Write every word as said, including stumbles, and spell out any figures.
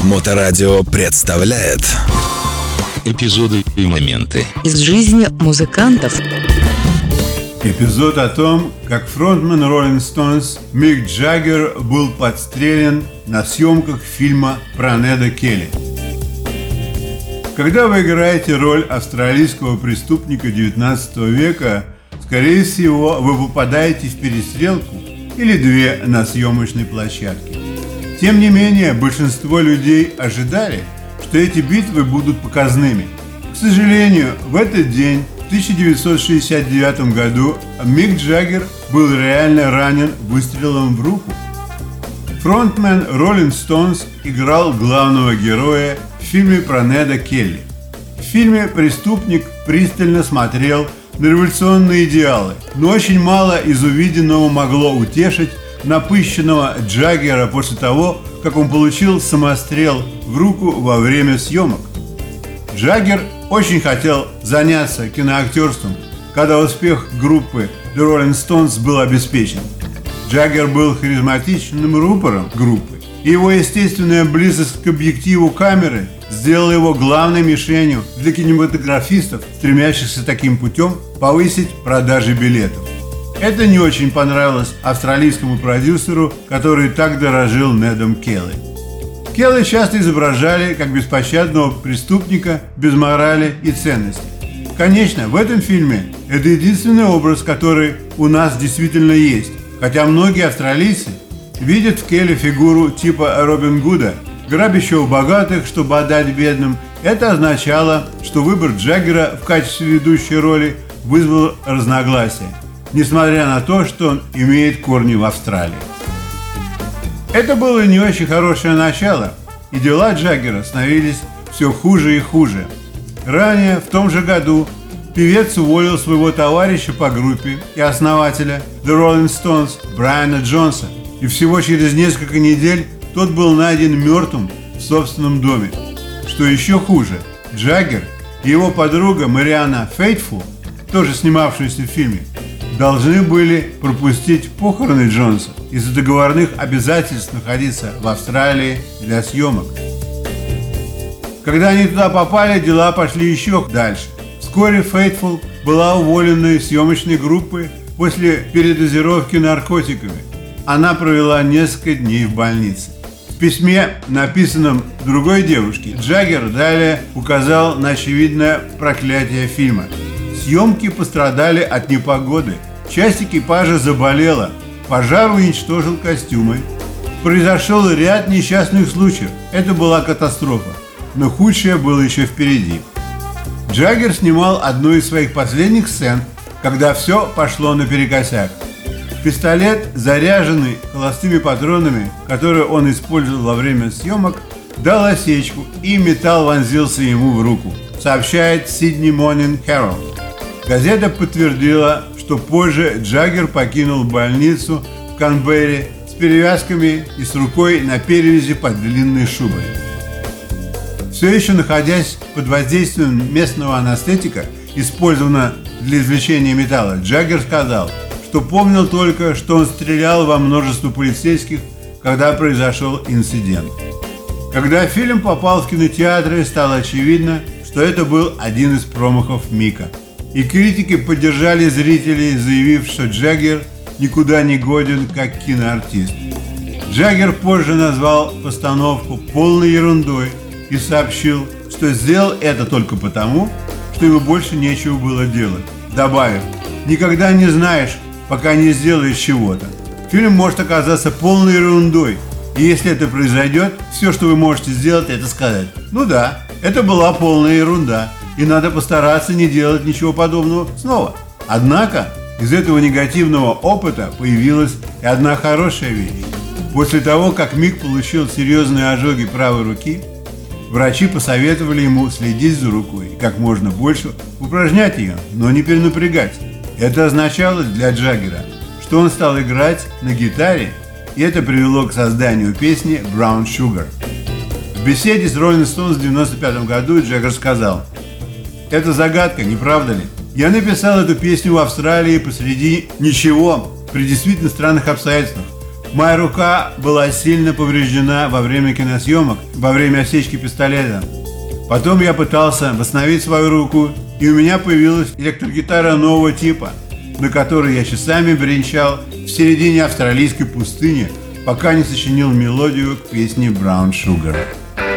Моторадио представляет эпизоды и моменты из жизни музыкантов. Эпизод о том, как фронтмен Rolling Stones Мик Джаггер был подстрелен на съемках фильма про Неда Келли. Когда вы играете роль австралийского преступника девятнадцатого века, скорее всего, вы попадаете в перестрелку или две на съемочной площадке. Тем не менее, большинство людей ожидали, что эти битвы будут показными. К сожалению, в этот день, в тысяча девятьсот шестьдесят девятом году, Мик Джаггер был реально ранен выстрелом в руку. Фронтмен Rolling Stones играл главного героя в фильме про Неда Келли. В фильме преступник пристально смотрел на революционные идеалы, но очень мало из увиденного могло утешить напыщенного Джаггера после того, как он получил самострел в руку во время съемок. Джаггер очень хотел заняться киноактерством, когда успех группы The Rolling Stones был обеспечен. Джаггер был харизматичным рупором группы, и его естественная близость к объективу камеры сделала его главной мишенью для кинематографистов, стремящихся таким путем повысить продажи билетов. Это не очень понравилось австралийскому продюсеру, который так дорожил Недом Келли. Келли часто изображали как беспощадного преступника без морали и ценностей. Конечно, в этом фильме это единственный образ, который у нас действительно есть, хотя многие австралийцы видят в Келли фигуру типа Робин Гуда, грабящего богатых, чтобы отдать бедным. Это означало, что выбор Джаггера в качестве ведущей роли вызвал разногласия, несмотря на то, что он имеет корни в Австралии. Это было не очень хорошее начало, и дела Джаггера становились все хуже и хуже. Ранее, в том же году, певец уволил своего товарища по группе и основателя The Rolling Stones Брайана Джонса, и всего через несколько недель тот был найден мертвым в собственном доме. Что еще хуже, Джаггер и его подруга Мариана Фейтфул, тоже снимавшаяся в фильме, должны были пропустить похороны Джонса из-за договорных обязательств находиться в Австралии для съемок. Когда они туда попали, дела пошли еще дальше. Вскоре Фейтфул была уволена из съемочной группы после передозировки наркотиками. Она провела несколько дней в больнице. В письме, написанном другой девушке, Джаггер далее указал на очевидное проклятие фильма. Съемки пострадали от непогоды. Часть экипажа заболела. Пожар уничтожил костюмы. Произошел ряд несчастных случаев. Это была катастрофа. Но худшее было еще впереди. Джаггер снимал одну из своих последних сцен, когда все пошло наперекосяк. Пистолет, заряженный холостыми патронами, которые он использовал во время съемок, дал осечку, и металл вонзился ему в руку, сообщает Sydney Morning Herald. Газета подтвердила, что позже Джаггер покинул больницу в Канберре с перевязками и с рукой на перевязи под длинной шубой. Все еще находясь под воздействием местного анестетика, использованного для извлечения металла, Джаггер сказал, что помнил только, что он стрелял во множество полицейских, когда произошел инцидент. Когда фильм попал в кинотеатры, стало очевидно, что это был один из промахов Мика. И критики поддержали зрителей, заявив, что Джаггер никуда не годен как киноартист. Джаггер позже назвал постановку полной ерундой и сообщил, что сделал это только потому, что ему больше нечего было делать, добавив: «Никогда не знаешь, пока не сделаешь чего-то. Фильм может оказаться полной ерундой, и если это произойдет, все, что вы можете сделать, это сказать: ну да, это была полная ерунда, и надо постараться не делать ничего подобного снова». Однако из этого негативного опыта появилась и одна хорошая вещь. После того, как Мик получил серьезные ожоги правой руки, врачи посоветовали ему следить за рукой и как можно больше упражнять ее, но не перенапрягать. Это означало для Джаггера, что он стал играть на гитаре, и это привело к созданию песни «Brown Sugar». В беседе с Rolling Stones в девяносто пятом году Джаггер сказал: «Это загадка, не правда ли? Я написал эту песню в Австралии посреди ничего, при действительно странных обстоятельствах. Моя рука была сильно повреждена во время киносъемок, во время осечки пистолета. Потом я пытался восстановить свою руку, и у меня появилась электрогитара нового типа, на которой я часами бренчал в середине австралийской пустыни, пока не сочинил мелодию к песне «Brown Sugar».